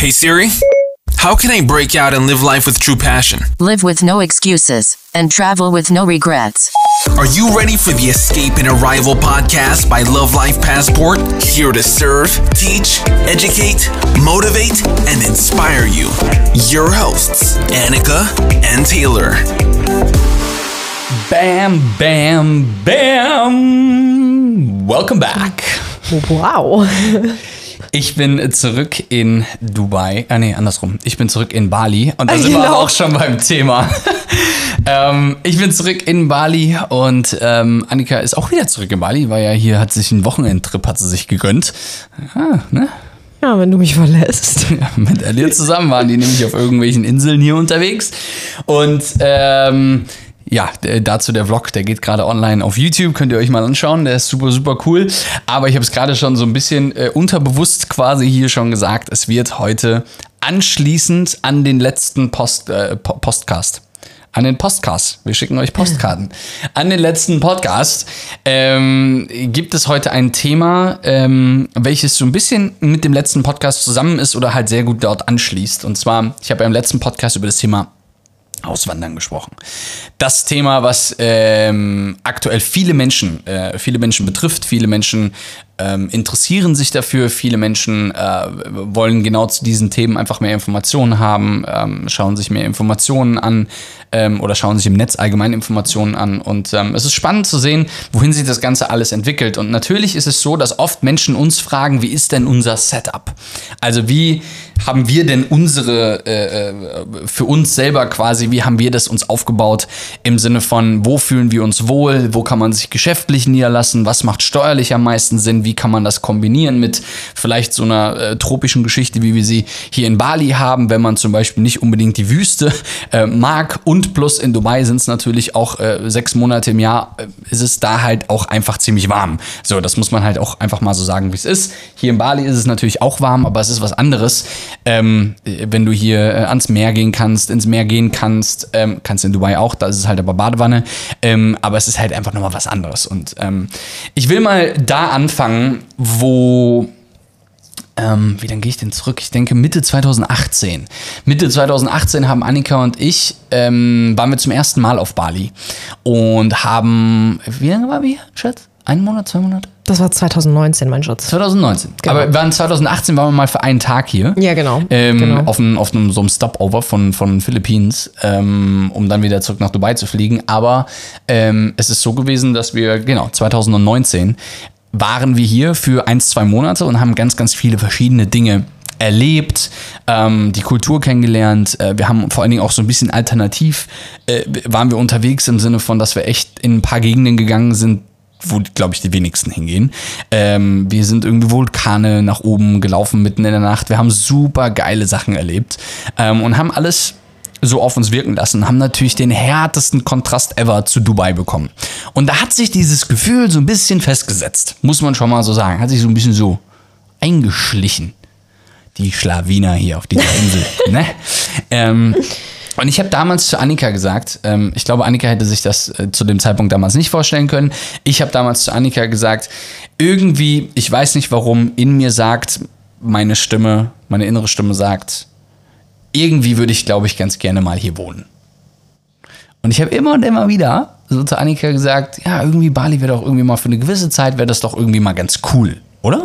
Hey Siri, how can I break out and live life with true passion? Live with no excuses and travel with no regrets. Are you ready for the Escape and Arrival podcast by Love Life Passport? Here to serve, teach, educate, motivate, and inspire you. Your hosts, Annika and Taylor. Bam, bam, bam. Welcome back. Wow. Ich bin zurück in Dubai. Andersrum. Ich bin zurück in Bali. Und da sind wir auch schon beim Thema. Ich bin zurück in Bali und Annika ist auch wieder zurück in Bali, weil ja hier hat sich einen Wochenendtrip hat sie sich gegönnt. Ne? Ja, wenn du mich verlässt. Ja, mit Elia zusammen waren die nämlich auf irgendwelchen Inseln hier unterwegs. Und ja, dazu der Vlog, der geht gerade online auf YouTube, könnt ihr euch mal anschauen, der ist super, super cool. Aber ich habe es gerade schon so ein bisschen unterbewusst quasi hier schon gesagt, es wird heute anschließend an den letzten Podcast. An den Postcast. Wir schicken euch Postkarten. An den letzten Podcast gibt es heute ein Thema, welches so ein bisschen mit dem letzten Podcast zusammen ist oder halt sehr gut dort anschließt. Und zwar, ich habe ja im letzten Podcast über das Thema Auswandern gesprochen. Das Thema, was aktuell viele Menschen betrifft. Viele Menschen interessieren sich dafür. Viele Menschen wollen genau zu diesen Themen einfach mehr Informationen haben, schauen sich mehr Informationen an oder schauen sich im Netz allgemein Informationen an. Und es ist spannend zu sehen, wohin sich das Ganze alles entwickelt. Und natürlich ist es so, dass oft Menschen uns fragen, wie ist denn unser Setup? Also wie haben wir denn für uns selber quasi, wie haben wir das uns aufgebaut im Sinne von, wo fühlen wir uns wohl, wo kann man sich geschäftlich niederlassen, was macht steuerlich am meisten Sinn, wie kann man das kombinieren mit vielleicht so einer tropischen Geschichte, wie wir sie hier in Bali haben, wenn man zum Beispiel nicht unbedingt die Wüste mag und plus in Dubai sind es natürlich auch 6 Monate im Jahr, ist es da halt auch einfach ziemlich warm. So, das muss man halt auch einfach mal so sagen, wie es ist. Hier in Bali ist es natürlich auch warm, aber es ist was anderes. Wenn du hier ans Meer gehen kannst, ins Meer gehen kannst in Dubai auch, da ist es halt aber Badewanne, aber es ist halt einfach nochmal was anderes. Und ich will mal da anfangen, wo, wie lange gehe ich denn zurück? Ich denke Mitte 2018. Mitte 2018 haben Annika und ich, waren wir zum ersten Mal auf Bali und haben, wie lange waren wir, Schatz? 1 Monat, 2 Monate? Das war 2019, mein Schatz. 2019. Genau. Aber 2018 waren wir mal für einen Tag hier. Ja, genau. Genau. Auf so einem Stopover von Philippines, um dann wieder zurück nach Dubai zu fliegen. Aber es ist so gewesen, dass wir, 2019 waren wir hier für 1-2 Monate und haben ganz, ganz viele verschiedene Dinge erlebt, die Kultur kennengelernt. Wir haben vor allen Dingen auch so ein bisschen alternativ, waren wir unterwegs im Sinne von, dass wir echt in ein paar Gegenden gegangen sind, wo, glaube ich, die wenigsten hingehen. Wir sind irgendwie Vulkane nach oben gelaufen mitten in der Nacht. Wir haben super geile Sachen erlebt und haben alles so auf uns wirken lassen. Haben natürlich den härtesten Kontrast ever zu Dubai bekommen. Und da hat sich dieses Gefühl so ein bisschen festgesetzt. Muss man schon mal so sagen. Hat sich so ein bisschen so eingeschlichen. Die Schlawiner hier auf dieser Insel. Ne? Und ich habe damals zu Annika gesagt, ich glaube, Annika hätte sich das zu dem Zeitpunkt damals nicht vorstellen können. Ich habe damals zu Annika gesagt, irgendwie, ich weiß nicht warum, in mir sagt meine innere Stimme sagt, irgendwie würde ich, glaube ich, ganz gerne mal hier wohnen. Und ich habe immer und immer wieder so zu Annika gesagt, ja, irgendwie Bali wäre doch irgendwie mal für eine gewisse Zeit, wäre das doch irgendwie mal ganz cool, oder?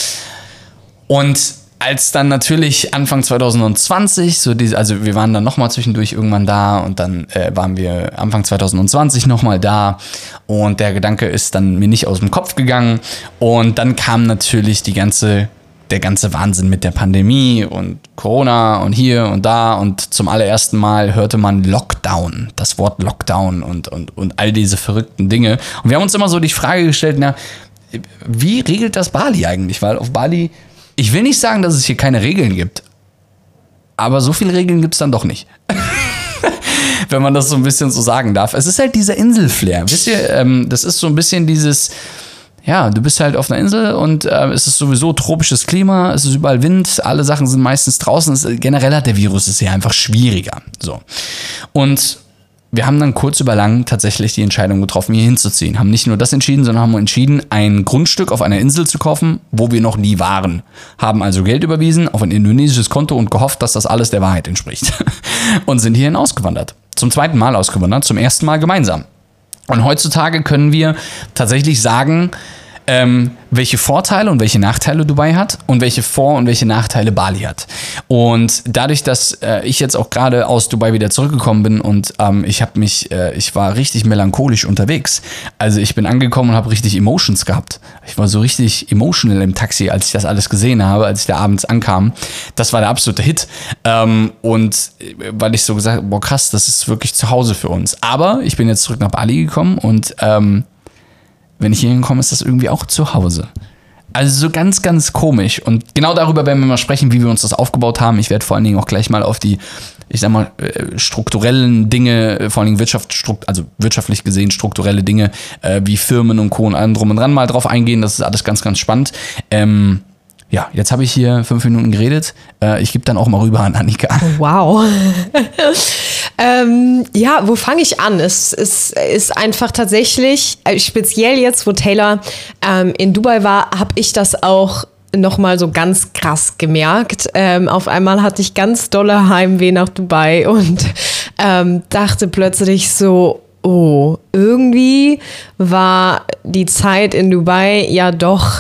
Und als dann natürlich Anfang 2020, also wir waren dann nochmal zwischendurch irgendwann da und dann waren wir Anfang 2020 nochmal da und der Gedanke ist dann mir nicht aus dem Kopf gegangen und dann kam natürlich der ganze Wahnsinn mit der Pandemie und Corona und hier und da und zum allerersten Mal hörte man Lockdown, das Wort Lockdown und all diese verrückten Dinge und wir haben uns immer so die Frage gestellt, wie regelt das Bali eigentlich, weil auf Bali, ich will nicht sagen, dass es hier keine Regeln gibt, aber so viele Regeln gibt es dann doch nicht. Wenn man das so ein bisschen so sagen darf. Es ist halt dieser Inselflair. Wisst ihr, das ist so ein bisschen dieses, ja, du bist halt auf einer Insel und es ist sowieso tropisches Klima, es ist überall Wind, alle Sachen sind meistens draußen. Generell hat der Virus es hier einfach schwieriger. So. Und wir haben dann kurz über lang tatsächlich die Entscheidung getroffen, hier hinzuziehen. Haben nicht nur das entschieden, sondern haben entschieden, ein Grundstück auf einer Insel zu kaufen, wo wir noch nie waren. Haben also Geld überwiesen auf ein indonesisches Konto und gehofft, dass das alles der Wahrheit entspricht. Und sind hierhin ausgewandert. Zum zweiten Mal ausgewandert, zum ersten Mal gemeinsam. Und heutzutage können wir tatsächlich sagen, welche Vorteile und welche Nachteile Dubai hat und welche Vor- und welche Nachteile Bali hat. Und dadurch, dass ich jetzt auch gerade aus Dubai wieder zurückgekommen bin und ich war richtig melancholisch unterwegs. Also ich bin angekommen und habe richtig Emotions gehabt. Ich war so richtig emotional im Taxi, als ich das alles gesehen habe, als ich da abends ankam. Das war der absolute Hit. Und weil ich so gesagt habe, boah krass, das ist wirklich zu Hause für uns. Aber ich bin jetzt zurück nach Bali gekommen und wenn ich hier hinkomme, ist das irgendwie auch zu Hause. Also so ganz, ganz komisch. Und genau darüber werden wir mal sprechen, wie wir uns das aufgebaut haben. Ich werde vor allen Dingen auch gleich mal auf die, ich sag mal, strukturellen Dinge, vor allen Dingen wirtschaftlich gesehen strukturelle Dinge, wie Firmen und Co. und allem drum und dran mal drauf eingehen. Das ist alles ganz, ganz spannend. Ja, jetzt habe ich hier 5 Minuten geredet. Ich gebe dann auch mal rüber an Annika. Wow. Ja, wo fange ich an? Es ist einfach tatsächlich, speziell jetzt, wo Taylor in Dubai war, habe ich das auch nochmal so ganz krass gemerkt. Auf einmal hatte ich ganz dolle Heimweh nach Dubai und dachte plötzlich so, oh, irgendwie war die Zeit in Dubai ja doch,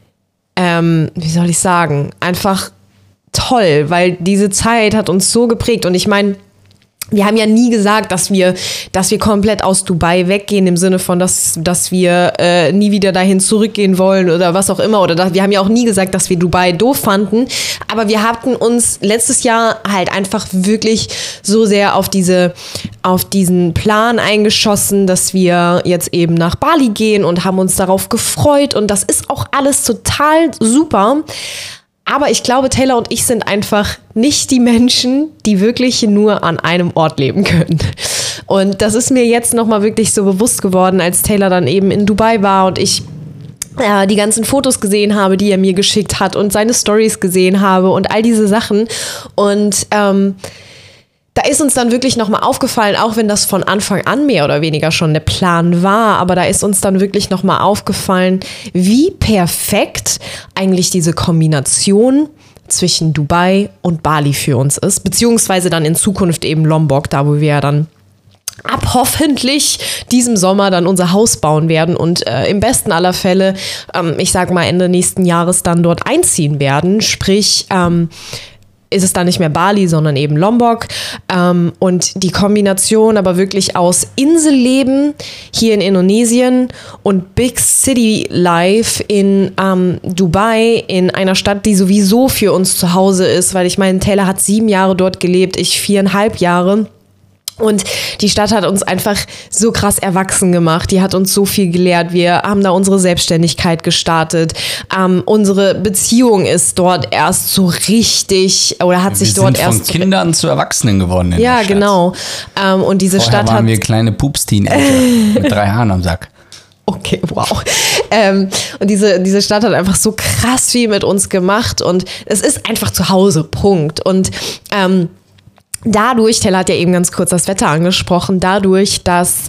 wie soll ich sagen, einfach toll, weil diese Zeit hat uns so geprägt. Und ich meine, wir haben ja nie gesagt, dass wir komplett aus Dubai weggehen, im Sinne von, dass wir nie wieder dahin zurückgehen wollen oder was auch immer. Oder wir haben ja auch nie gesagt, dass wir Dubai doof fanden. Aber wir hatten uns letztes Jahr halt einfach wirklich so sehr auf diesen Plan eingeschossen, dass wir jetzt eben nach Bali gehen und haben uns darauf gefreut. Und das ist auch alles total super. Aber ich glaube, Taylor und ich sind einfach nicht die Menschen, die wirklich nur an einem Ort leben können. Und das ist mir jetzt nochmal wirklich so bewusst geworden, als Taylor dann eben in Dubai war und ich die ganzen Fotos gesehen habe, die er mir geschickt hat und seine Stories gesehen habe und all diese Sachen. Und da ist uns dann wirklich nochmal aufgefallen, auch wenn das von Anfang an mehr oder weniger schon der Plan war, aber da ist uns dann wirklich nochmal aufgefallen, wie perfekt eigentlich diese Kombination zwischen Dubai und Bali für uns ist, beziehungsweise dann in Zukunft eben Lombok, da wo wir ja dann ab hoffentlich diesem Sommer dann unser Haus bauen werden und im besten aller Fälle, ich sag mal Ende nächsten Jahres dann dort einziehen werden, sprich ist es dann nicht mehr Bali, sondern eben Lombok. Und die Kombination aber wirklich aus Inselleben hier in Indonesien und Big City Life in Dubai, in einer Stadt, die sowieso für uns zu Hause ist, weil ich meine, Taylor hat 7 Jahre dort gelebt, ich 4,5 Jahre. Und die Stadt hat uns einfach so krass erwachsen gemacht. Die hat uns so viel gelehrt. Wir haben da unsere Selbstständigkeit gestartet. Unsere Beziehung ist dort erst so richtig, oder hat sich dort erst... Wir sind von Kindern zu Erwachsenen geworden in der Stadt. Ja, genau. Und diese Vorher Stadt waren wir kleine Pups-Teenager mit 3 Haaren am Sack. Okay, wow. Und diese Stadt hat einfach so krass viel mit uns gemacht. Und es ist einfach zu Hause, Punkt. Und dadurch, Taylor hat ja eben ganz kurz das Wetter angesprochen, dadurch, dass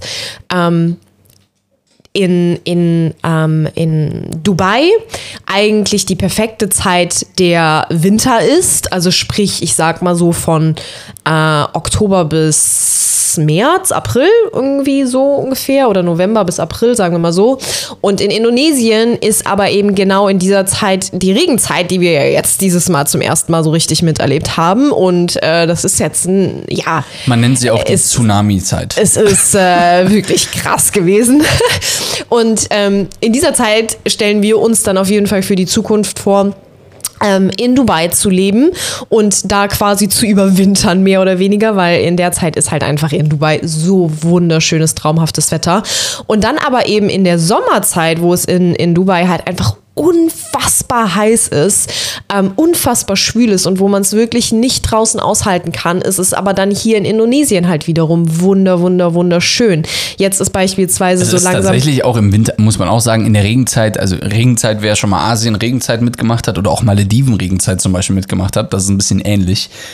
in Dubai eigentlich die perfekte Zeit der Winter ist, also sprich, ich sag mal so von Oktober bis März, April irgendwie so ungefähr oder November bis April, sagen wir mal so. Und in Indonesien ist aber eben genau in dieser Zeit die Regenzeit, die wir ja jetzt dieses Mal zum ersten Mal so richtig miterlebt haben. Und das ist jetzt ja. Man nennt sie auch die Tsunami-Zeit. Es ist wirklich krass gewesen. Und in dieser Zeit stellen wir uns dann auf jeden Fall für die Zukunft vor, in Dubai zu leben und da quasi zu überwintern, mehr oder weniger, weil in der Zeit ist halt einfach in Dubai so wunderschönes, traumhaftes Wetter. Und dann aber eben in der Sommerzeit, wo es in Dubai halt einfach unfassbar heiß ist, unfassbar schwül ist und wo man es wirklich nicht draußen aushalten kann, ist es aber dann hier in Indonesien halt wiederum wunderschön. Jetzt ist beispielsweise so langsam... Tatsächlich auch im Winter, muss man auch sagen, in der Regenzeit, also Regenzeit, wer schon mal Asien Regenzeit mitgemacht hat oder auch Malediven Regenzeit zum Beispiel mitgemacht hat, das ist ein bisschen ähnlich.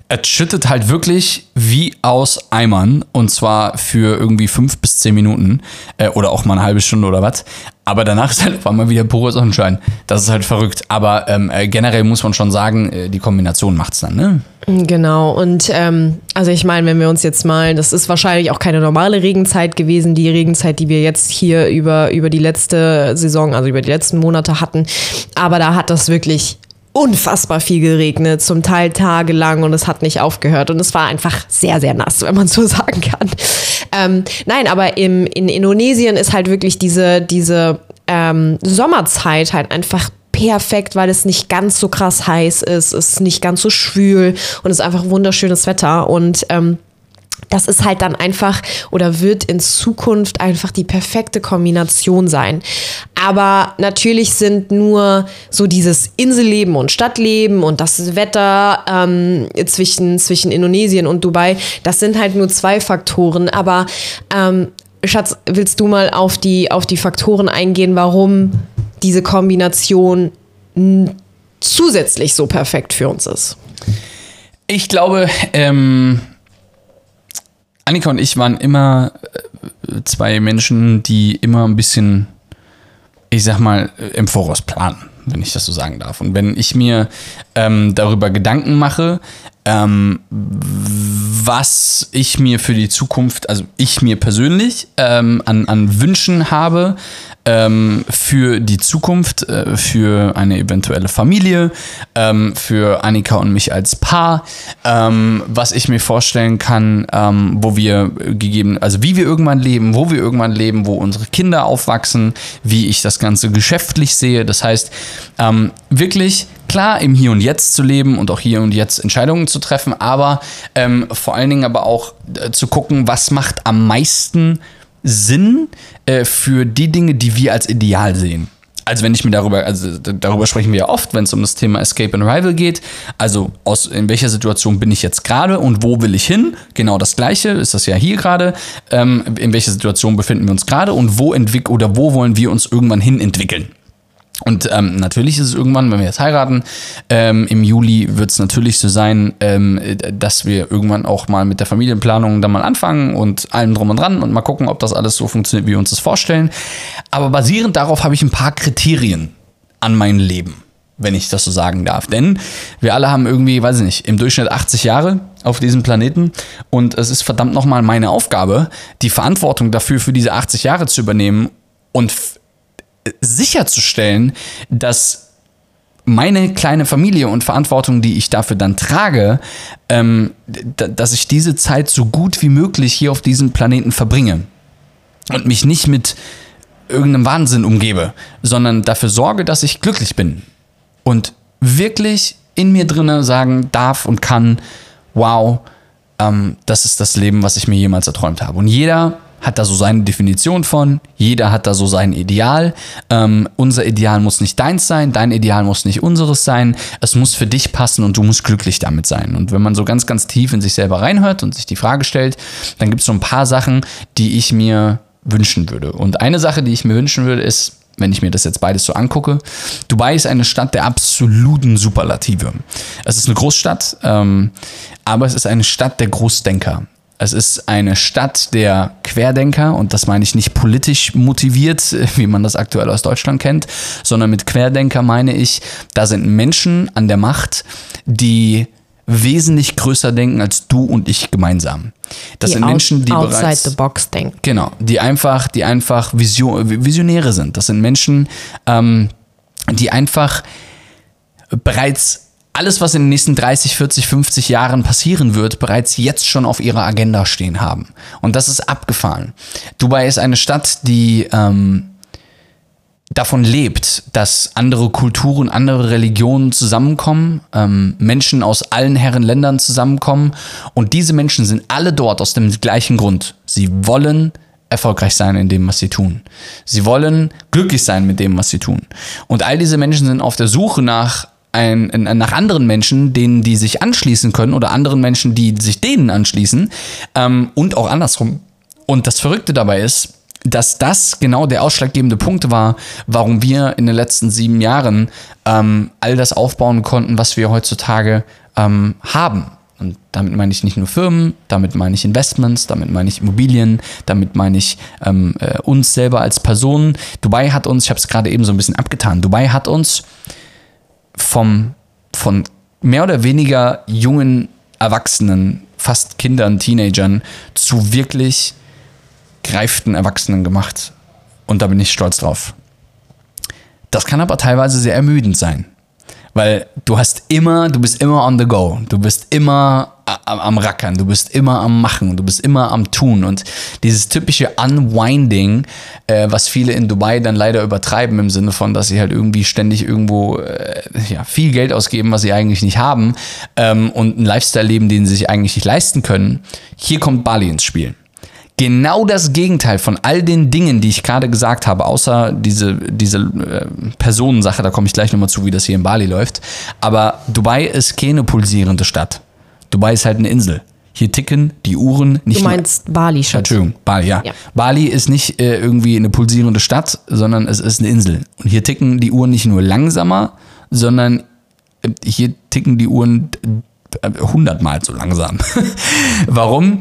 Es schüttet halt wirklich wie aus Eimern und zwar für irgendwie 5 bis 10 Minuten oder auch mal eine halbe Stunde oder was. Aber danach ist halt auf einmal wieder purer Sonnenschein. Das ist halt verrückt. Aber generell muss man schon sagen, die Kombination macht's dann, ne? Genau. Und also ich meine, wenn wir uns jetzt mal, das ist wahrscheinlich auch keine normale Regenzeit gewesen, die Regenzeit, die wir jetzt hier über die letzte Saison, also über die letzten Monate hatten. Aber da hat das wirklich unfassbar viel geregnet, zum Teil tagelang und es hat nicht aufgehört und es war einfach sehr, sehr nass, wenn man so sagen kann. Nein, aber in Indonesien ist halt wirklich diese Sommerzeit halt einfach perfekt, weil es nicht ganz so krass heiß ist, es ist nicht ganz so schwül und es ist einfach wunderschönes Wetter und das ist halt dann einfach oder wird in Zukunft einfach die perfekte Kombination sein. Aber natürlich sind nur so dieses Inselleben und Stadtleben und das Wetter zwischen Indonesien und Dubai, das sind halt nur 2 Faktoren. Aber Schatz, willst du mal auf die Faktoren eingehen, warum diese Kombination zusätzlich so perfekt für uns ist? Ich glaube, Annika und ich waren immer 2 Menschen, die immer ein bisschen, ich sag mal, im Voraus planen, wenn ich das so sagen darf. Und wenn ich mir darüber Gedanken mache, was ich mir für die Zukunft, also ich mir persönlich an Wünschen habe, für die Zukunft, für eine eventuelle Familie, für Annika und mich als Paar, was ich mir vorstellen kann, wo wir wie wir irgendwann leben, wo unsere Kinder aufwachsen, wie ich das Ganze geschäftlich sehe. Das heißt, wirklich klar im Hier und Jetzt zu leben und auch hier und jetzt Entscheidungen zu treffen, aber vor allen Dingen aber auch zu gucken, was macht am meisten Sinn für die Dinge, die wir als ideal sehen. Also wenn ich mir darüber sprechen wir ja oft, wenn es um das Thema Escape and Arrival geht. Also in welcher Situation bin ich jetzt gerade und wo will ich hin? Genau das Gleiche ist das ja hier gerade. In welcher Situation befinden wir uns gerade und wo wollen wir uns irgendwann hin entwickeln? Und natürlich ist es irgendwann, wenn wir jetzt heiraten, im Juli wird es natürlich so sein, dass wir irgendwann auch mal mit der Familienplanung dann mal anfangen und allem drum und dran und mal gucken, ob das alles so funktioniert, wie wir uns das vorstellen. Aber basierend darauf habe ich ein paar Kriterien an mein Leben, wenn ich das so sagen darf. Denn wir alle haben irgendwie, weiß ich nicht, im Durchschnitt 80 Jahre auf diesem Planeten und es ist verdammt nochmal meine Aufgabe, die Verantwortung dafür für diese 80 Jahre zu übernehmen und sicherzustellen, dass meine kleine Familie und Verantwortung, die ich dafür dann trage, dass ich diese Zeit so gut wie möglich hier auf diesem Planeten verbringe und mich nicht mit irgendeinem Wahnsinn umgebe, sondern dafür sorge, dass ich glücklich bin und wirklich in mir drinne sagen darf und kann, wow, das ist das Leben, was ich mir jemals erträumt habe. Und jeder hat da so seine Definition von, jeder hat da so sein Ideal. Unser Ideal muss nicht deins sein, dein Ideal muss nicht unseres sein. Es muss für dich passen und du musst glücklich damit sein. Und wenn man so ganz, ganz tief in sich selber reinhört und sich die Frage stellt, dann gibt es so ein paar Sachen, die ich mir wünschen würde. Und eine Sache, die ich mir wünschen würde, ist, wenn ich mir das jetzt beides so angucke, Dubai ist eine Stadt der absoluten Superlative. Es ist eine Großstadt, aber es ist eine Stadt der Großdenker. Es ist eine Stadt der Querdenker und das meine ich nicht politisch motiviert, wie man das aktuell aus Deutschland kennt, sondern mit Querdenker meine ich, da sind Menschen an der Macht, die wesentlich größer denken als du und ich gemeinsam. Das sind Menschen, die outside bereits the box denken. Genau, die einfach Visionäre sind. Das sind Menschen, die einfach bereits alles, was in den nächsten 30, 40, 50 Jahren passieren wird, bereits jetzt schon auf ihrer Agenda stehen haben. Und das ist abgefahren. Dubai ist eine Stadt, die davon lebt, dass andere Kulturen, andere Religionen zusammenkommen, Menschen aus allen Herren Ländern zusammenkommen. Und diese Menschen sind alle dort aus dem gleichen Grund. Sie wollen erfolgreich sein in dem, was sie tun. Sie wollen glücklich sein mit dem, was sie tun. Und all diese Menschen sind auf der Suche nach anderen Menschen, denen die sich anschließen können oder anderen Menschen, die sich denen anschließen und auch andersrum. Und das Verrückte dabei ist, dass das genau der ausschlaggebende Punkt war, warum wir in den letzten 7 Jahren all das aufbauen konnten, was wir heutzutage haben. Und damit meine ich nicht nur Firmen, damit meine ich Investments, damit meine ich Immobilien, damit meine ich uns selber als Personen. Dubai hat uns, ich habe es gerade eben so ein bisschen abgetan, Dubai hat uns von mehr oder weniger jungen Erwachsenen, fast Kindern, Teenagern, zu wirklich gereiften Erwachsenen gemacht. Und da bin ich stolz drauf. Das kann aber teilweise sehr ermüdend sein. Weil du bist immer on the go, du bist immer am Rackern, du bist immer am Machen, du bist immer am Tun. Und dieses typische Unwinding, was viele in Dubai dann leider übertreiben im Sinne von, dass sie halt irgendwie ständig irgendwo viel Geld ausgeben, was sie eigentlich nicht haben, und einen Lifestyle leben, den sie sich eigentlich nicht leisten können. Hier kommt Bali ins Spiel. Genau das Gegenteil von all den Dingen, die ich gerade gesagt habe, außer diese Personensache, da komme ich gleich nochmal zu, wie das hier in Bali läuft. Aber Dubai ist keine pulsierende Stadt. Dubai ist halt eine Insel. Hier ticken die Uhren nicht. Du meinst Bali schon. Entschuldigung, Bali, ja. Bali ist nicht irgendwie eine pulsierende Stadt, sondern es ist eine Insel. Und hier ticken die Uhren nicht nur langsamer, sondern hier ticken die Uhren 100-mal so langsam. Warum?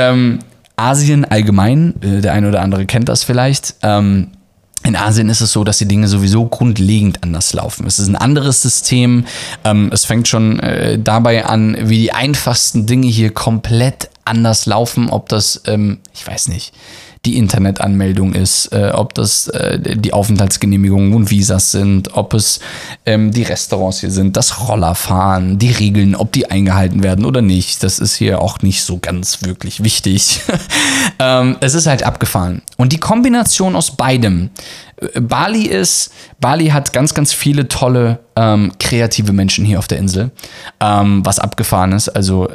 Asien allgemein, der eine oder andere kennt das vielleicht. In Asien ist es so, dass die Dinge sowieso grundlegend anders laufen. Es ist ein anderes System. Es fängt schon dabei an, wie die einfachsten Dinge hier komplett anders laufen. Ob das, ich weiß nicht, die Internetanmeldung ist, ob das die Aufenthaltsgenehmigungen und Visas sind, ob es die Restaurants hier sind, das Rollerfahren, die Regeln, ob die eingehalten werden oder nicht. Das ist hier auch nicht so ganz wirklich wichtig. Es ist halt abgefahren. Und die Kombination aus beidem. Bali hat ganz, ganz viele tolle kreative Menschen hier auf der Insel, was abgefahren ist. Also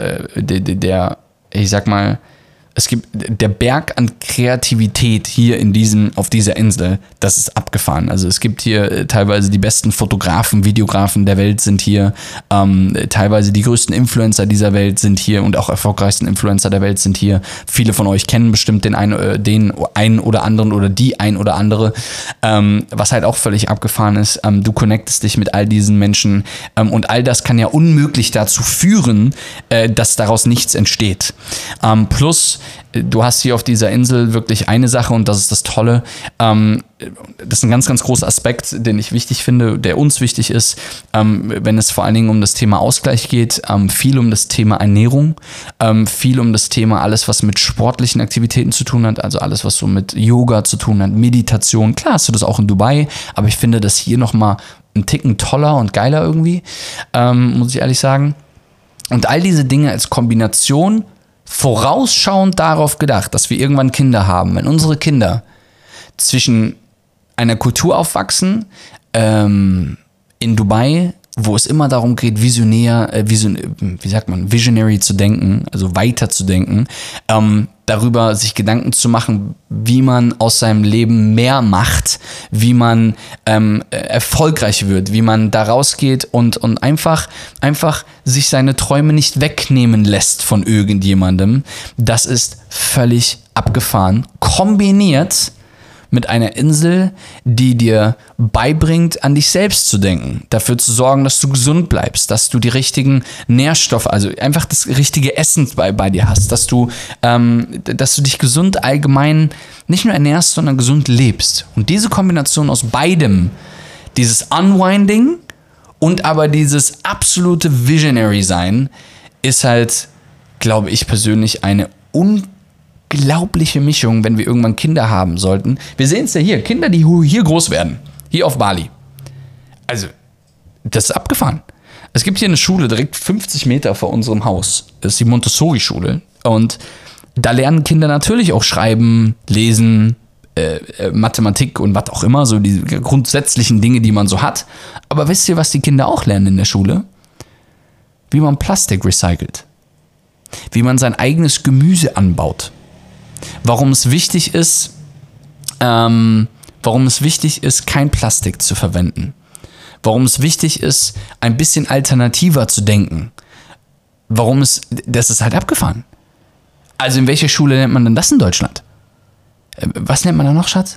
ich sag mal, es gibt der Berg an Kreativität hier auf dieser Insel, das ist abgefahren. Also es gibt hier teilweise die besten Fotografen, Videografen der Welt sind hier, teilweise die größten Influencer dieser Welt sind hier und auch erfolgreichsten Influencer der Welt sind hier. Viele von euch kennen bestimmt den einen oder anderen oder die ein oder andere, was halt auch völlig abgefahren ist. Du connectest dich mit all diesen Menschen und all das kann ja unmöglich dazu führen, dass daraus nichts entsteht. Plus du hast hier auf dieser Insel wirklich eine Sache und das ist das Tolle. Das ist ein ganz, ganz großer Aspekt, den ich wichtig finde, der uns wichtig ist, wenn es vor allen Dingen um das Thema Ausgleich geht, viel um das Thema Ernährung, viel um das Thema alles, was mit sportlichen Aktivitäten zu tun hat, also alles, was so mit Yoga zu tun hat, Meditation. Klar hast du das auch in Dubai, aber ich finde das hier nochmal einen Ticken toller und geiler irgendwie, muss ich ehrlich sagen. Und all diese Dinge als Kombination vorausschauend darauf gedacht, dass wir irgendwann Kinder haben. Wenn unsere Kinder zwischen einer Kultur aufwachsen, in Dubai, wo es immer darum geht, visionary zu denken, also weiter zu denken, darüber sich Gedanken zu machen, wie man aus seinem Leben mehr macht, wie man erfolgreich wird, wie man da rausgeht und einfach sich seine Träume nicht wegnehmen lässt von irgendjemandem. Das ist völlig abgefahren. Kombiniert mit einer Insel, die dir beibringt, an dich selbst zu denken, dafür zu sorgen, dass du gesund bleibst, dass du die richtigen Nährstoffe, also einfach das richtige Essen bei dir hast, dass du dich gesund allgemein nicht nur ernährst, sondern gesund lebst. Und diese Kombination aus beidem, dieses Unwinding und aber dieses absolute Visionary sein, ist halt, glaube ich persönlich, eine unglaubliche Mischung, wenn wir irgendwann Kinder haben sollten. Wir sehen es ja hier, Kinder, die hier groß werden, hier auf Bali. Also, das ist abgefahren. Es gibt hier eine Schule direkt 50 Meter vor unserem Haus. Das ist die Montessori-Schule. Und da lernen Kinder natürlich auch schreiben, lesen, Mathematik und was auch immer, so die grundsätzlichen Dinge, die man so hat. Aber wisst ihr, was die Kinder auch lernen in der Schule? Wie man Plastik recycelt. Wie man sein eigenes Gemüse anbaut. Warum es wichtig ist, kein Plastik zu verwenden. Warum es wichtig ist, ein bisschen alternativer zu denken. Das ist halt abgefahren. Also in welcher Schule nennt man denn das in Deutschland? Was nennt man da noch, Schatz?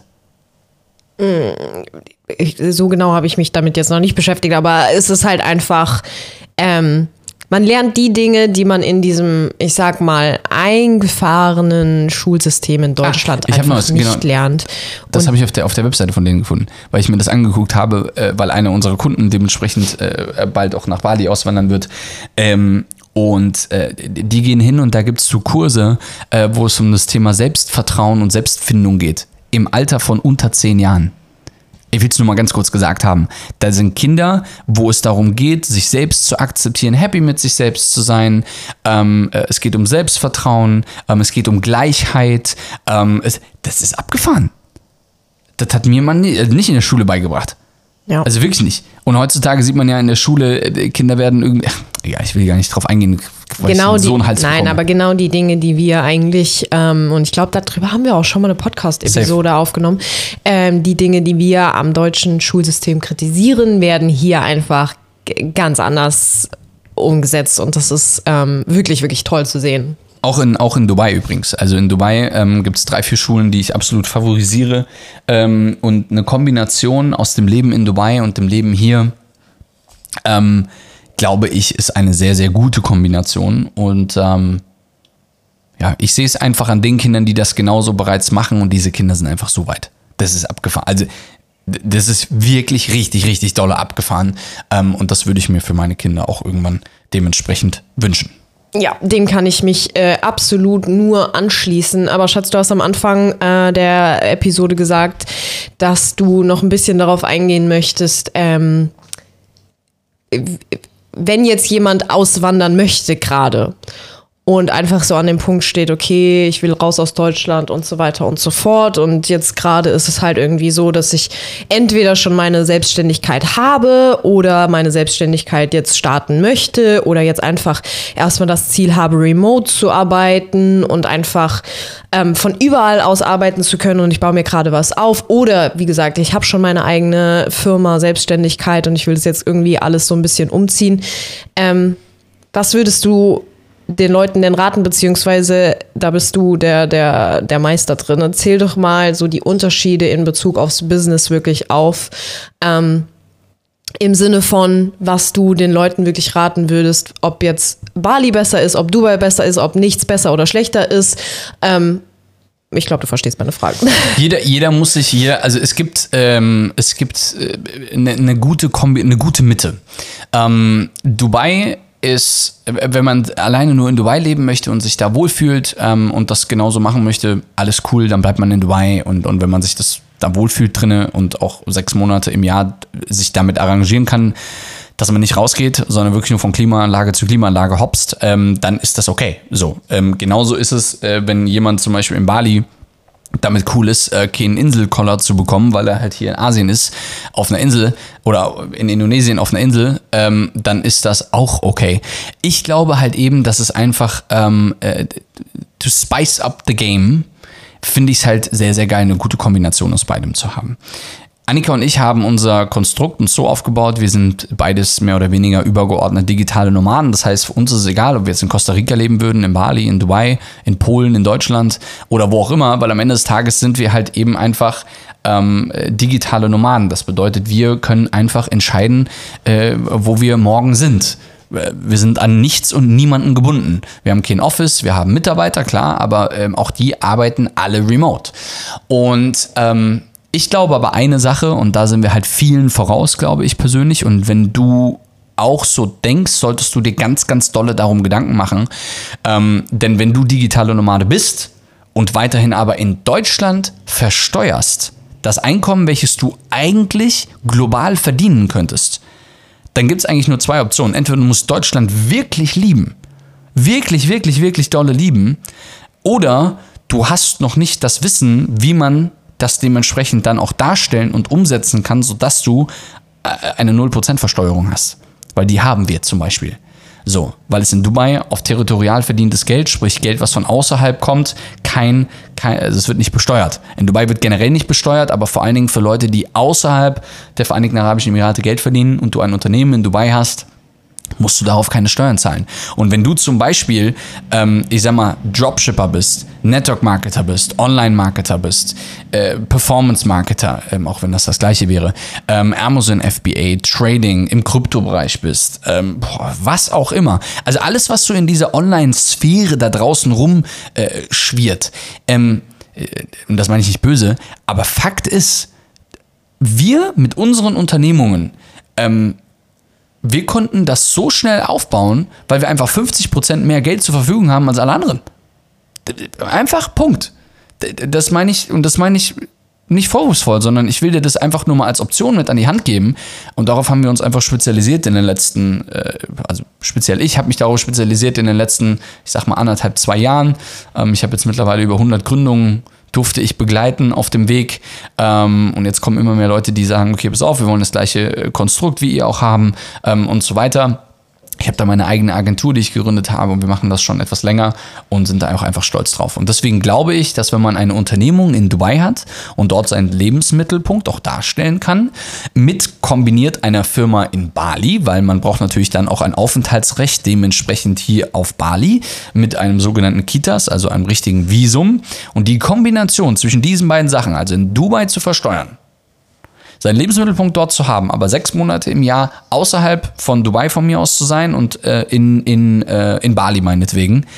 So genau habe ich mich damit jetzt noch nicht beschäftigt, aber es ist halt einfach man lernt die Dinge, die man in diesem, ich sag mal, eingefahrenen Schulsystem in Deutschland einfach nicht lernt. Das habe ich auf der Webseite von denen gefunden, weil ich mir das angeguckt habe, weil einer unserer Kunden dementsprechend bald auch nach Bali auswandern wird. Und die gehen hin und da gibt es so Kurse, wo es um das Thema Selbstvertrauen und Selbstfindung geht. Im Alter von unter 10 Jahren. Ich will es nur mal ganz kurz gesagt haben. Da sind Kinder, wo es darum geht, sich selbst zu akzeptieren, happy mit sich selbst zu sein. Es geht um Selbstvertrauen, es geht um Gleichheit. Das ist abgefahren. Das hat mir man nicht in der Schule beigebracht. Ja. Also wirklich nicht. Und heutzutage sieht man ja in der Schule, Kinder werden irgendwie, ja, ich will gar nicht drauf eingehen, weil genau ich so einen Hals nein, bekomme. aber genau die Dinge, die wir eigentlich, und ich glaube, darüber haben wir auch schon mal eine Podcast-Episode aufgenommen, die Dinge, die wir am deutschen Schulsystem kritisieren, werden hier einfach ganz anders umgesetzt und das ist wirklich, wirklich toll zu sehen. Auch in Dubai übrigens. Also in Dubai gibt es 3-4 Schulen, die ich absolut favorisiere. Und eine Kombination aus dem Leben in Dubai und dem Leben hier, glaube ich, ist eine sehr, sehr gute Kombination. Und ja, ich sehe es einfach an den Kindern, die das genauso bereits machen. Und diese Kinder sind einfach so weit. Das ist abgefahren. Also das ist wirklich richtig, richtig doll abgefahren. Und das würde ich mir für meine Kinder auch irgendwann dementsprechend wünschen. Ja, dem kann ich mich absolut nur anschließen. Aber Schatz, du hast am Anfang der Episode gesagt, dass du noch ein bisschen darauf eingehen möchtest, wenn jetzt jemand auswandern möchte gerade und einfach so an dem Punkt steht, okay, ich will raus aus Deutschland und so weiter und so fort. Und jetzt gerade ist es halt irgendwie so, dass ich entweder schon meine Selbstständigkeit habe oder meine Selbstständigkeit jetzt starten möchte oder jetzt einfach erstmal das Ziel habe, remote zu arbeiten und einfach von überall aus arbeiten zu können und ich baue mir gerade was auf. Oder wie gesagt, ich habe schon meine eigene Firma, Selbstständigkeit und ich will das jetzt irgendwie alles so ein bisschen umziehen. Was würdest du den Leuten denn raten, beziehungsweise da bist du der Meister drin. Erzähl doch mal so die Unterschiede in Bezug aufs Business wirklich auf, im Sinne von, was du den Leuten wirklich raten würdest, ob jetzt Bali besser ist, ob Dubai besser ist, ob nichts besser oder schlechter ist. Ich glaube, du verstehst meine Frage. Jeder muss sich hier, also es gibt eine gute Mitte. Dubai ist, wenn man alleine nur in Dubai leben möchte und sich da wohlfühlt und das genauso machen möchte, alles cool, dann bleibt man in Dubai und wenn man sich das da wohlfühlt drinne und auch 6 Monate im Jahr sich damit arrangieren kann, dass man nicht rausgeht, sondern wirklich nur von Klimaanlage zu Klimaanlage hopst, dann ist das okay. So, genauso ist es, wenn jemand zum Beispiel in Bali damit cool ist, keinen Inselkoller zu bekommen, weil er halt hier in Asien ist, auf einer Insel oder in Indonesien auf einer Insel, dann ist das auch okay. Ich glaube halt eben, dass es einfach to spice up the game, finde ich es halt sehr, sehr geil, eine gute Kombination aus beidem zu haben. Annika und ich haben unser Konstrukt uns so aufgebaut, wir sind beides mehr oder weniger übergeordnet digitale Nomaden. Das heißt, für uns ist es egal, ob wir jetzt in Costa Rica leben würden, in Bali, in Dubai, in Polen, in Deutschland oder wo auch immer, weil am Ende des Tages sind wir halt eben einfach digitale Nomaden. Das bedeutet, wir können einfach entscheiden, wo wir morgen sind. Wir sind an nichts und niemanden gebunden. Wir haben kein Office, wir haben Mitarbeiter, klar, aber auch die arbeiten alle remote. Und ich glaube aber eine Sache, und da sind wir halt vielen voraus, glaube ich persönlich, und wenn du auch so denkst, solltest du dir ganz, ganz dolle darum Gedanken machen, denn wenn du digitale Nomade bist und weiterhin aber in Deutschland versteuerst, das Einkommen, welches du eigentlich global verdienen könntest, dann gibt es eigentlich nur 2 Optionen. Entweder du musst Deutschland wirklich lieben, wirklich, wirklich, wirklich dolle lieben, oder du hast noch nicht das Wissen, wie man das dementsprechend dann auch darstellen und umsetzen kann, sodass du eine 0% Versteuerung hast. Weil die haben wir zum Beispiel. So, weil es in Dubai auf territorial verdientes Geld, sprich Geld, was von außerhalb kommt, also es wird nicht besteuert. In Dubai wird generell nicht besteuert, aber vor allen Dingen für Leute, die außerhalb der Vereinigten Arabischen Emirate Geld verdienen und du ein Unternehmen in Dubai hast, musst du darauf keine Steuern zahlen. Und wenn du zum Beispiel, ich sag mal, Dropshipper bist, Network-Marketer bist, Online-Marketer bist, Performance-Marketer, auch wenn das gleiche wäre, Amazon FBA, Trading, im Kryptobereich bist, was auch immer. Also alles, was so in dieser Online-Sphäre da draußen rumschwirrt, und das meine ich nicht böse, aber Fakt ist, wir mit unseren Unternehmungen, wir konnten das so schnell aufbauen, weil wir einfach 50% mehr Geld zur Verfügung haben als alle anderen. Einfach Punkt. Das meine ich nicht vorwurfsvoll, sondern ich will dir das einfach nur mal als Option mit an die Hand geben. Und darauf haben wir uns einfach spezialisiert in den letzten, also speziell ich habe mich darauf spezialisiert in den letzten, ich sag mal 1,5, 2 Jahren. Ich habe jetzt mittlerweile über 100 Gründungen durfte ich begleiten auf dem Weg. Und jetzt kommen immer mehr Leute, die sagen, okay, pass auf, wir wollen das gleiche Konstrukt wie ihr auch haben und so weiter. Ich habe da meine eigene Agentur, die ich gegründet habe, und wir machen das schon etwas länger und sind da auch einfach stolz drauf. Und deswegen glaube ich, dass wenn man eine Unternehmung in Dubai hat und dort seinen Lebensmittelpunkt auch darstellen kann, mit kombiniert einer Firma in Bali, weil man braucht natürlich dann auch ein Aufenthaltsrecht dementsprechend hier auf Bali mit einem sogenannten Kitas, also einem richtigen Visum. Und die Kombination zwischen diesen beiden Sachen, also in Dubai zu versteuern, seinen Lebensmittelpunkt dort zu haben, aber 6 Monate im Jahr außerhalb von Dubai von mir aus zu sein und in Bali meinetwegen,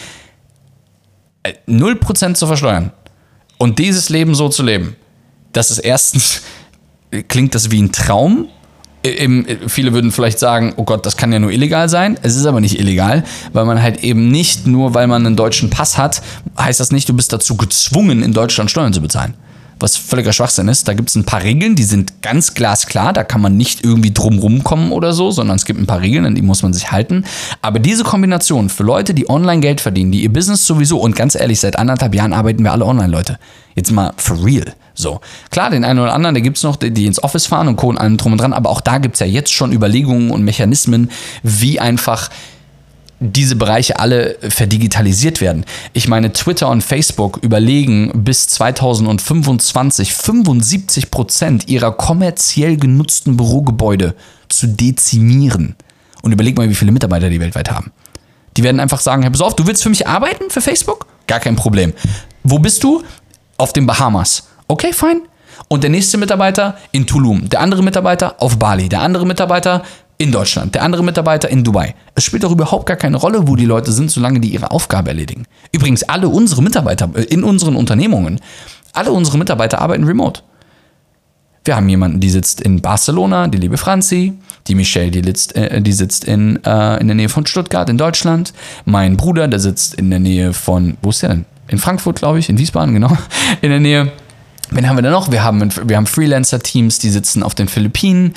0% zu versteuern und dieses Leben so zu leben, das ist erstens, klingt das wie ein Traum. Viele würden vielleicht sagen, oh Gott, das kann ja nur illegal sein. Es ist aber nicht illegal, weil man halt eben nicht nur, weil man einen deutschen Pass hat, heißt das nicht, du bist dazu gezwungen, in Deutschland Steuern zu bezahlen. Was völliger Schwachsinn ist. Da gibt es ein paar Regeln, die sind ganz glasklar, da kann man nicht irgendwie drum rumkommen oder so, sondern es gibt ein paar Regeln, an die muss man sich halten. Aber diese Kombination für Leute, die online Geld verdienen, die ihr Business sowieso, und ganz ehrlich, seit 1,5 Jahren arbeiten wir alle online, Leute. Jetzt mal for real. So. Klar, den einen oder anderen, da gibt es noch, die ins Office fahren und Co. und allem drum und dran, aber auch da gibt es ja jetzt schon Überlegungen und Mechanismen, wie einfach diese Bereiche alle verdigitalisiert werden. Ich meine, Twitter und Facebook überlegen, bis 2025 75% ihrer kommerziell genutzten Bürogebäude zu dezimieren. Und überleg mal, wie viele Mitarbeiter die weltweit haben. Die werden einfach sagen, hey, pass auf, du willst für mich arbeiten, für Facebook? Gar kein Problem. Wo bist du? Auf den Bahamas. Okay, fein. Und der nächste Mitarbeiter in Tulum, der andere Mitarbeiter auf Bali, der andere Mitarbeiter in Deutschland, der andere Mitarbeiter in Dubai. Es spielt auch überhaupt gar keine Rolle, wo die Leute sind, solange die ihre Aufgabe erledigen. Übrigens, alle unsere Mitarbeiter in unseren Unternehmungen, alle unsere Mitarbeiter arbeiten remote. Wir haben jemanden, die sitzt in Barcelona, die liebe Franzi, die Michelle, die sitzt in der Nähe von Stuttgart in Deutschland. Mein Bruder, der sitzt in der Nähe von, wo ist der denn? In Frankfurt, glaube ich, in Wiesbaden, genau, in der Nähe. Wen haben wir denn noch? Wir haben Freelancer-Teams, die sitzen auf den Philippinen.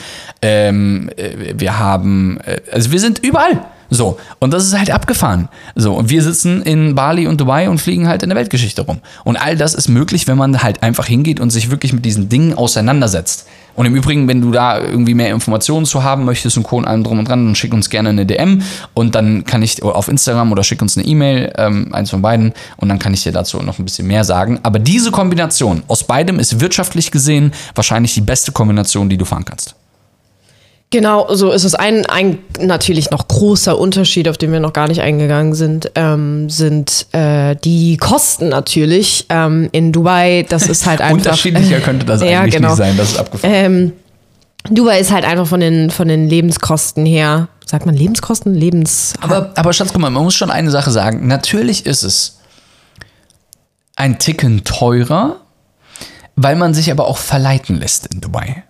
Wir sind überall. So, und das ist halt abgefahren. So, und wir sitzen in Bali und Dubai und fliegen halt in der Weltgeschichte rum. Und all das ist möglich, wenn man halt einfach hingeht und sich wirklich mit diesen Dingen auseinandersetzt. Und im Übrigen, wenn du da irgendwie mehr Informationen zu haben möchtest und Co. und allem drum und dran, dann schick uns gerne eine DM und dann kann ich auf Instagram oder schick uns eine E-Mail, eins von beiden, und dann kann ich dir dazu noch ein bisschen mehr sagen. Aber diese Kombination aus beidem ist wirtschaftlich gesehen wahrscheinlich die beste Kombination, die du fahren kannst. Genau, so ist es. Ein natürlich noch großer Unterschied, auf den wir noch gar nicht eingegangen sind, sind die Kosten natürlich. In Dubai, das ist halt einfach... Unterschiedlicher könnte das eigentlich nicht sein, das ist abgefahren. Dubai ist halt einfach von den Lebenskosten her, sagt man Lebenskosten? Aber Schatz, guck mal, man muss schon eine Sache sagen. Natürlich ist es ein Ticken teurer, weil man sich aber auch verleiten lässt in Dubai.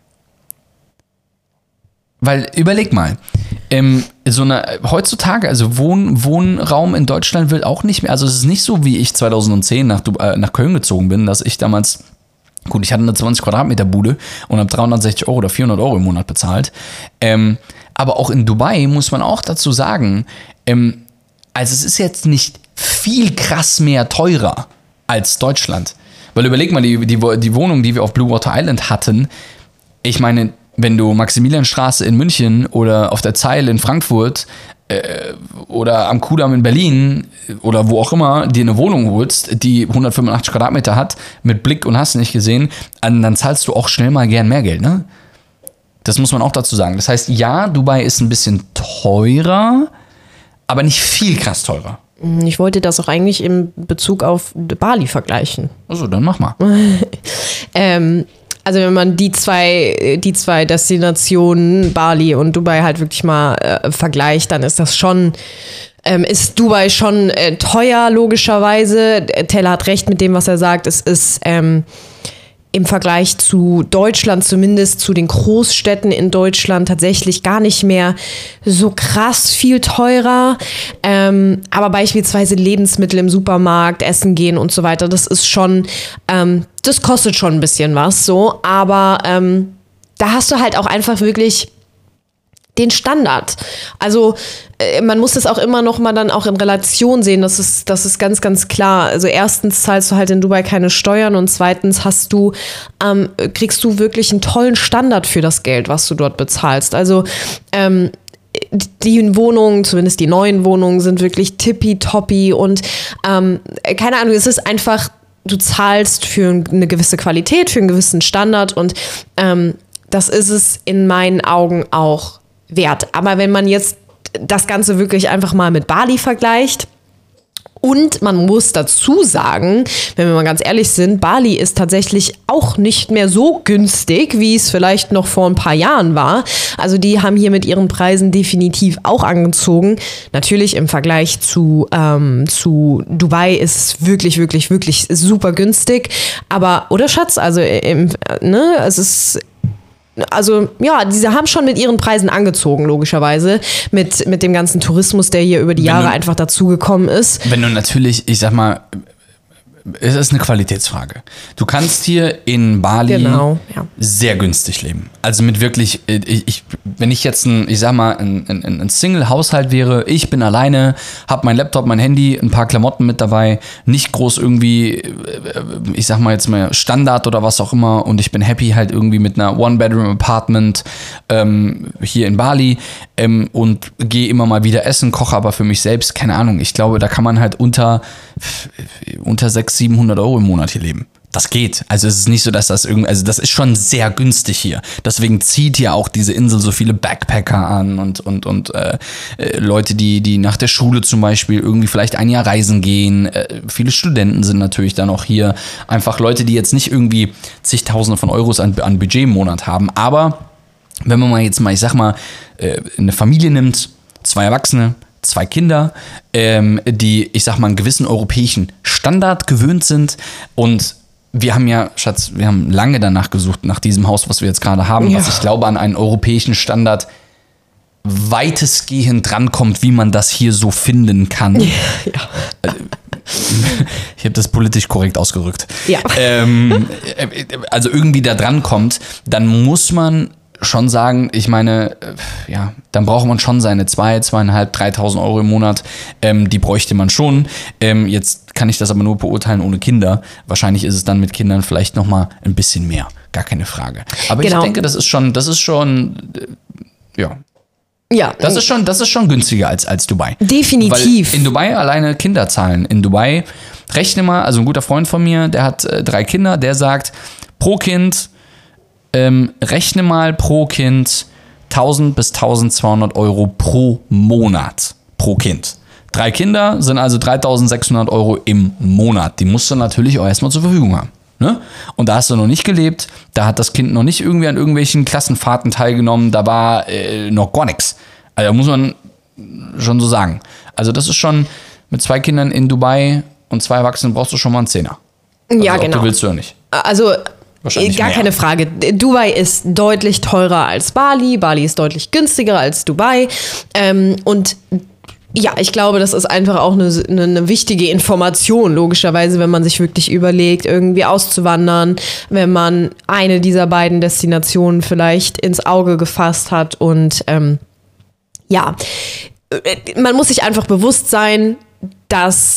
Weil, überleg mal, heutzutage, also Wohnraum in Deutschland wird auch nicht mehr, also es ist nicht so, wie ich 2010 nach Köln gezogen bin, dass ich damals, gut, ich hatte eine 20 Quadratmeter Bude und habe 360 Euro oder 400 Euro im Monat bezahlt. Aber auch in Dubai muss man auch dazu sagen, also es ist jetzt nicht viel krass mehr teurer als Deutschland. Weil überleg mal, die Wohnung, die wir auf Blue Water Island hatten, ich meine, wenn du Maximilianstraße in München oder auf der Zeil in Frankfurt oder am Kudamm in Berlin oder wo auch immer dir eine Wohnung holst, die 185 Quadratmeter hat, mit Blick und hast nicht gesehen, dann zahlst du auch schnell mal gern mehr Geld, ne? Das muss man auch dazu sagen. Das heißt, ja, Dubai ist ein bisschen teurer, aber nicht viel krass teurer. Ich wollte das auch eigentlich in Bezug auf Bali vergleichen. Also, dann mach mal. Also wenn man die zwei Destinationen, Bali und Dubai, halt wirklich mal vergleicht, dann ist das schon, ist Dubai schon teuer, logischerweise. Taylor hat recht mit dem, was er sagt. Es ist im Vergleich zu Deutschland, zumindest zu den Großstädten in Deutschland, tatsächlich gar nicht mehr so krass viel teurer. Aber beispielsweise Lebensmittel im Supermarkt, essen gehen und so weiter, das ist schon, das kostet schon ein bisschen was, so. Aber da hast du halt auch einfach wirklich den Standard. Also man muss das auch immer noch mal dann auch in Relation sehen. Das ist ganz, ganz klar. Also erstens zahlst du halt in Dubai keine Steuern und zweitens kriegst du wirklich einen tollen Standard für das Geld, was du dort bezahlst. Also die Wohnungen, zumindest die neuen Wohnungen, sind wirklich tippitoppi und keine Ahnung, es ist einfach, du zahlst für eine gewisse Qualität, für einen gewissen Standard und das ist es in meinen Augen auch wert. Aber wenn man jetzt das Ganze wirklich einfach mal mit Bali vergleicht, und man muss dazu sagen, wenn wir mal ganz ehrlich sind, Bali ist tatsächlich auch nicht mehr so günstig, wie es vielleicht noch vor ein paar Jahren war. Also die haben hier mit ihren Preisen definitiv auch angezogen. Natürlich im Vergleich zu Dubai ist es wirklich, wirklich, wirklich super günstig. Aber, oder Schatz, also es ist... Also ja, diese haben schon mit ihren Preisen angezogen, logischerweise, mit dem ganzen Tourismus, der hier über die Jahre einfach dazugekommen ist. Wenn du natürlich, ich sag mal, es ist eine Qualitätsfrage. Du kannst hier in Bali sehr günstig leben. Also mit wirklich, wenn ich jetzt ein Single-Haushalt wäre, ich bin alleine, habe mein Laptop, mein Handy, ein paar Klamotten mit dabei, nicht groß irgendwie, ich sag mal jetzt mal Standard oder was auch immer und ich bin happy halt irgendwie mit einer One-Bedroom-Apartment hier in Bali und gehe immer mal wieder essen, koche aber für mich selbst, keine Ahnung. Ich glaube, da kann man halt unter 600-700 Euro im Monat hier leben. Das geht. Also es ist nicht so, dass das also das ist schon sehr günstig hier. Deswegen zieht ja auch diese Insel so viele Backpacker an und Leute, die nach der Schule zum Beispiel irgendwie vielleicht ein Jahr reisen gehen. Viele Studenten sind natürlich dann auch hier. Einfach Leute, die jetzt nicht irgendwie zigtausende von Euros an Budget im Monat haben. Aber wenn man mal jetzt mal, ich sag mal, eine Familie nimmt, 2 Erwachsene, 2 Kinder, die, ich sag mal, einen gewissen europäischen Standard gewöhnt sind. Und wir haben ja, Schatz, wir haben lange danach gesucht, nach diesem Haus, was wir jetzt gerade haben, was ich glaube an einen europäischen Standard weitestgehend drankommt, wie man das hier so finden kann. Ja. Ich habe das politisch korrekt ausgerückt. Ja. Also irgendwie da drankommt, dann muss man schon sagen, ich meine, ja, dann braucht man schon seine 2.500, 3.000 Euro im Monat. Die bräuchte man schon. Jetzt kann ich das aber nur beurteilen ohne Kinder. Wahrscheinlich ist es dann mit Kindern vielleicht noch mal ein bisschen mehr. Gar keine Frage. Aber ich denke, das ist schon, ja. Ja. Das ist schon günstiger als Dubai. Definitiv. Weil in Dubai alleine Kinder zahlen. In Dubai, rechne mal, also ein guter Freund von mir, der hat 3 Kinder, der sagt, pro Kind rechne mal pro Kind 1.000 bis 1.200 Euro pro Monat pro Kind. 3 Kinder sind also 3.600 Euro im Monat. Die musst du natürlich auch erstmal zur Verfügung haben. Ne? Und da hast du noch nicht gelebt, da hat das Kind noch nicht irgendwie an irgendwelchen Klassenfahrten teilgenommen, da war noch gar nichts. Also muss man schon so sagen. Also das ist schon, mit 2 Kindern in Dubai und 2 Erwachsenen brauchst du schon mal einen Zehner. Also ja, genau. Du willst oder nicht. Also gar keine Frage. Dubai ist deutlich teurer als Bali. Bali ist deutlich günstiger als Dubai. Und ja, ich glaube, das ist einfach auch eine wichtige Information, logischerweise, wenn man sich wirklich überlegt, irgendwie auszuwandern, wenn man eine dieser beiden Destinationen vielleicht ins Auge gefasst hat. Und ja, man muss sich einfach bewusst sein, dass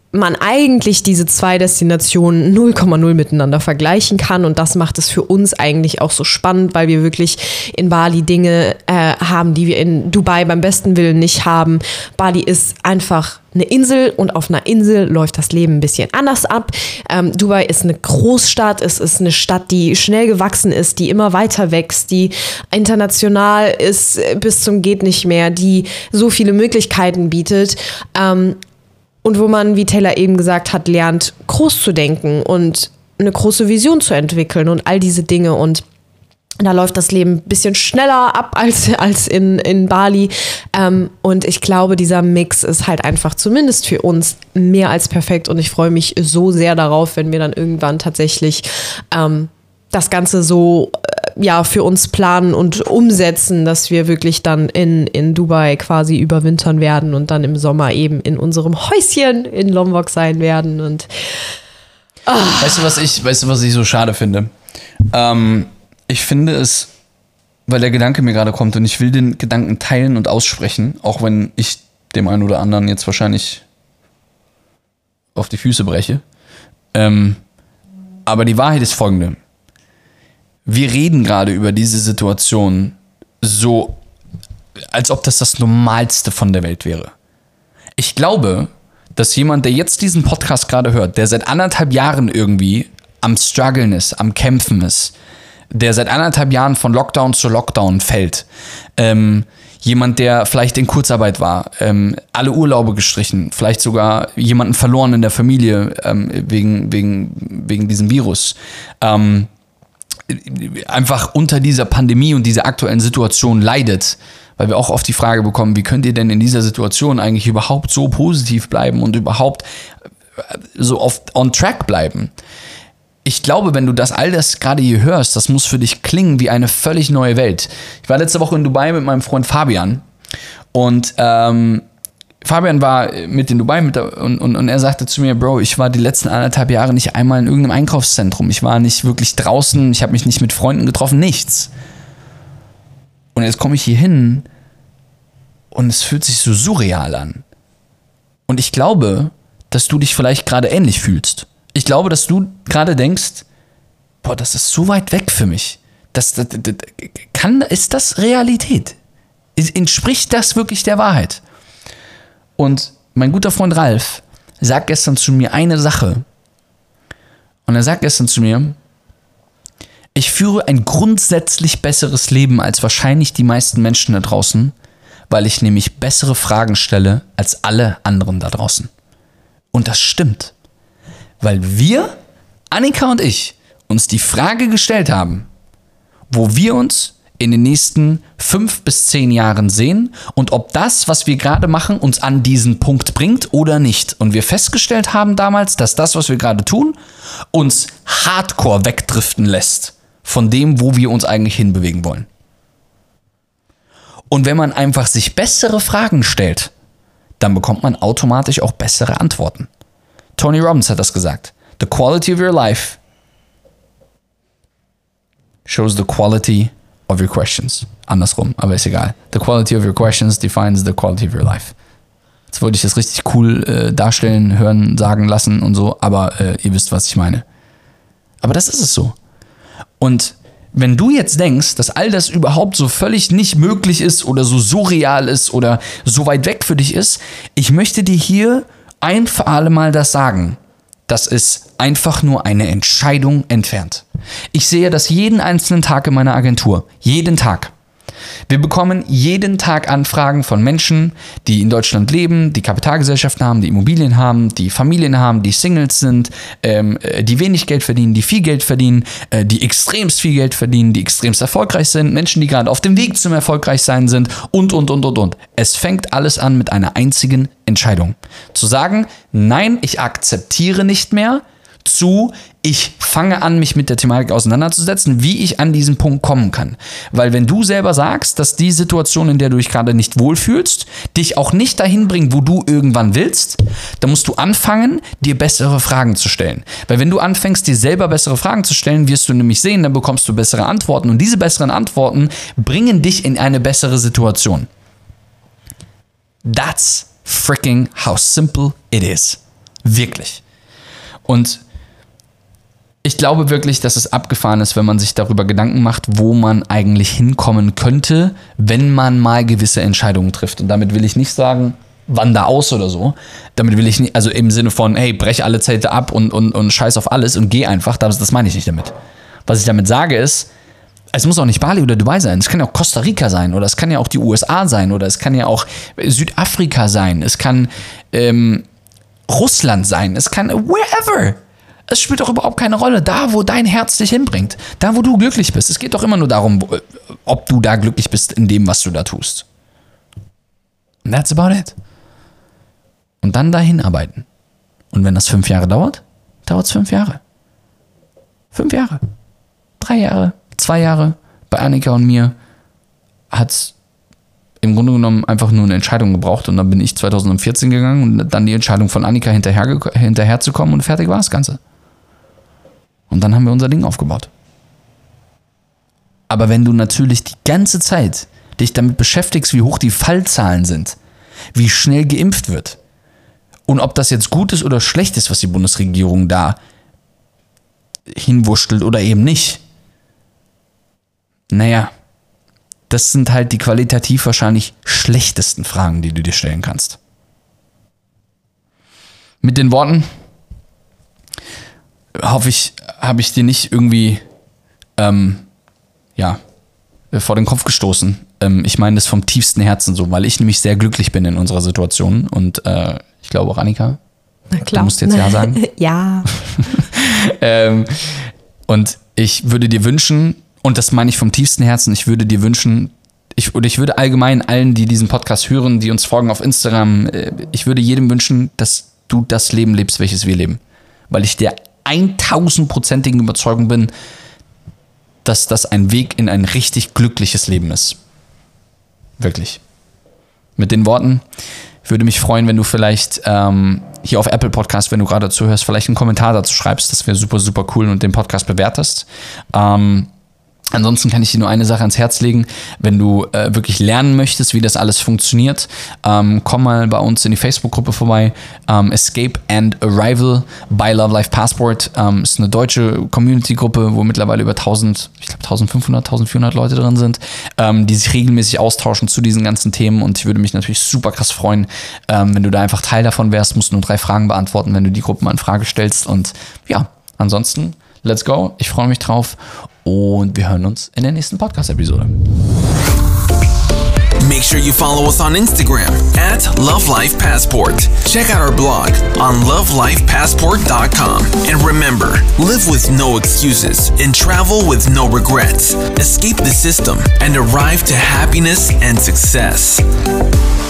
man eigentlich diese zwei Destinationen 0,0 miteinander vergleichen kann. Und das macht es für uns eigentlich auch so spannend, weil wir wirklich in Bali Dinge haben, die wir in Dubai beim besten Willen nicht haben. Bali ist einfach eine Insel und auf einer Insel läuft das Leben ein bisschen anders ab. Dubai ist eine Großstadt, es ist eine Stadt, die schnell gewachsen ist, die immer weiter wächst, die international ist bis zum geht nicht mehr, die so viele Möglichkeiten bietet. Und wo man, wie Taylor eben gesagt hat, lernt, groß zu denken und eine große Vision zu entwickeln und all diese Dinge. Und da läuft das Leben ein bisschen schneller ab als in Bali. Und ich glaube, dieser Mix ist halt einfach zumindest für uns mehr als perfekt. Und ich freue mich so sehr darauf, wenn wir dann irgendwann tatsächlich das Ganze so für uns planen und umsetzen, dass wir wirklich dann in Dubai quasi überwintern werden und dann im Sommer eben in unserem Häuschen in Lombok sein werden. Und Weißt du, was ich so schade finde? Ich finde es, weil der Gedanke mir gerade kommt und ich will den Gedanken teilen und aussprechen, auch wenn ich dem einen oder anderen jetzt wahrscheinlich auf die Füße breche. Aber die Wahrheit ist folgende. Wir reden gerade über diese Situation so, als ob das Normalste von der Welt wäre. Ich glaube, dass jemand, der jetzt diesen Podcast gerade hört, der seit 1,5 Jahren irgendwie am Struggeln ist, am Kämpfen ist, der seit 1,5 Jahren von Lockdown zu Lockdown fällt, jemand, der vielleicht in Kurzarbeit war, alle Urlaube gestrichen, vielleicht sogar jemanden verloren in der Familie wegen diesem Virus, einfach unter dieser Pandemie und dieser aktuellen Situation leidet, weil wir auch oft die Frage bekommen, wie könnt ihr denn in dieser Situation eigentlich überhaupt so positiv bleiben und überhaupt so oft on track bleiben? Ich glaube, wenn du all das gerade hier hörst, das muss für dich klingen wie eine völlig neue Welt. Ich war letzte Woche in Dubai mit meinem Freund Fabian und Fabian war mit in Dubai und er sagte zu mir, Bro, ich war die letzten 1,5 Jahre nicht einmal in irgendeinem Einkaufszentrum. Ich war nicht wirklich draußen, ich habe mich nicht mit Freunden getroffen, nichts. Und jetzt komme ich hier hin und es fühlt sich so surreal an. Und ich glaube, dass du dich vielleicht gerade ähnlich fühlst. Ich glaube, dass du gerade denkst, boah, das ist so weit weg für mich. Ist das Realität? Entspricht das wirklich der Wahrheit? Und mein guter Freund Ralf sagt gestern zu mir eine Sache. Und er sagt gestern zu mir, ich führe ein grundsätzlich besseres Leben als wahrscheinlich die meisten Menschen da draußen, weil ich nämlich bessere Fragen stelle als alle anderen da draußen. Und das stimmt. Weil wir, Annika und ich, uns die Frage gestellt haben, wo wir uns in den nächsten 5 bis 10 Jahren sehen und ob das, was wir gerade machen, uns an diesen Punkt bringt oder nicht. Und wir festgestellt haben damals, dass das, was wir gerade tun, uns hardcore wegdriften lässt von dem, wo wir uns eigentlich hinbewegen wollen. Und wenn man einfach sich bessere Fragen stellt, dann bekommt man automatisch auch bessere Antworten. Tony Robbins hat das gesagt. The quality of your life shows the quality of your questions. Andersrum, aber ist egal. The quality of your questions defines the quality of your life. Jetzt wollte ich das richtig cool darstellen, hören, sagen lassen und so, aber ihr wisst, was ich meine. Aber das ist es so. Und wenn du jetzt denkst, dass all das überhaupt so völlig nicht möglich ist oder so surreal ist oder so weit weg für dich ist, ich möchte dir hier ein für alle Mal das sagen. Das ist einfach nur eine Entscheidung entfernt. Ich sehe das jeden einzelnen Tag in meiner Agentur. Jeden Tag. Wir bekommen jeden Tag Anfragen von Menschen, die in Deutschland leben, die Kapitalgesellschaften haben, die Immobilien haben, die Familien haben, die Singles sind, die wenig Geld verdienen, die viel Geld verdienen, die extremst viel Geld verdienen, die extremst erfolgreich sind, Menschen, die gerade auf dem Weg zum Erfolgreichsein sind und. Es fängt alles an mit einer einzigen Entscheidung. Zu sagen, nein, ich akzeptiere nicht mehr, ich fange an, mich mit der Thematik auseinanderzusetzen, wie ich an diesen Punkt kommen kann. Weil wenn du selber sagst, dass die Situation, in der du dich gerade nicht wohlfühlst, dich auch nicht dahin bringt, wo du irgendwann willst, dann musst du anfangen, dir bessere Fragen zu stellen. Weil wenn du anfängst, dir selber bessere Fragen zu stellen, wirst du nämlich sehen, dann bekommst du bessere Antworten. Und diese besseren Antworten bringen dich in eine bessere Situation. That's freaking how simple it is. Wirklich. Und ich glaube wirklich, dass es abgefahren ist, wenn man sich darüber Gedanken macht, wo man eigentlich hinkommen könnte, wenn man mal gewisse Entscheidungen trifft. Und damit will ich nicht sagen, wander aus oder so. Damit will ich nicht, also im Sinne von, hey, brech alle Zelte ab und scheiß auf alles und geh einfach. Das meine ich nicht damit. Was ich damit sage ist, es muss auch nicht Bali oder Dubai sein. Es kann ja auch Costa Rica sein oder es kann ja auch die USA sein oder es kann ja auch Südafrika sein. Es kann Russland sein. Es kann wherever. Es spielt doch überhaupt keine Rolle. Da, wo dein Herz dich hinbringt. Da, wo du glücklich bist. Es geht doch immer nur darum, ob du da glücklich bist in dem, was du da tust. And that's about it. Und dann dahin arbeiten. Und wenn das 5 Jahre dauert, dauert es 5 Jahre. 5 Jahre. 3 Jahre. 2 Jahre. Bei Annika und mir hat es im Grunde genommen einfach nur eine Entscheidung gebraucht. Und dann bin ich 2014 gegangen und dann die Entscheidung von Annika hinterherzukommen und fertig war das Ganze. Und dann haben wir unser Ding aufgebaut. Aber wenn du natürlich die ganze Zeit dich damit beschäftigst, wie hoch die Fallzahlen sind, wie schnell geimpft wird und ob das jetzt gut ist oder schlecht ist, was die Bundesregierung da hinwurschtelt oder eben nicht, naja, das sind halt die qualitativ wahrscheinlich schlechtesten Fragen, die du dir stellen kannst. Mit den Worten hoffe ich, habe ich dir nicht irgendwie vor den Kopf gestoßen. Ich meine das vom tiefsten Herzen so, weil ich nämlich sehr glücklich bin in unserer Situation und ich glaube auch Annika. Na klar. Du musst jetzt ja sagen. Ja. Und ich würde dir wünschen, und das meine ich vom tiefsten Herzen, ich würde dir wünschen, ich würde allgemein allen, die diesen Podcast hören, die uns folgen auf Instagram, ich würde jedem wünschen, dass du das Leben lebst, welches wir leben. Weil ich der 1000%igen Überzeugung bin, dass das ein Weg in ein richtig glückliches Leben ist. Wirklich. Mit den Worten, ich würde mich freuen, wenn du vielleicht hier auf Apple Podcast, wenn du gerade zuhörst, vielleicht einen Kommentar dazu schreibst. Das wäre super, super cool und den Podcast bewertest. Ansonsten kann ich dir nur eine Sache ans Herz legen. Wenn du wirklich lernen möchtest, wie das alles funktioniert, komm mal bei uns in die Facebook-Gruppe vorbei. Escape and Arrival by Love Life Passport. Ist eine deutsche Community-Gruppe, wo mittlerweile über 1500, 1400 Leute drin sind, die sich regelmäßig austauschen zu diesen ganzen Themen. Und ich würde mich natürlich super krass freuen, wenn du da einfach Teil davon wärst. Musst nur 3 Fragen beantworten, wenn du die Gruppe mal in Frage stellst. Und ja, ansonsten, let's go. Ich freue mich drauf. Und wir hören uns in der nächsten Podcast-Episode. Make sure you follow us on Instagram @LoveLifePassport. Check out our blog on lovelifepassport.com. And remember, live with no excuses and travel with no regrets. Escape the system and arrive to happiness and success.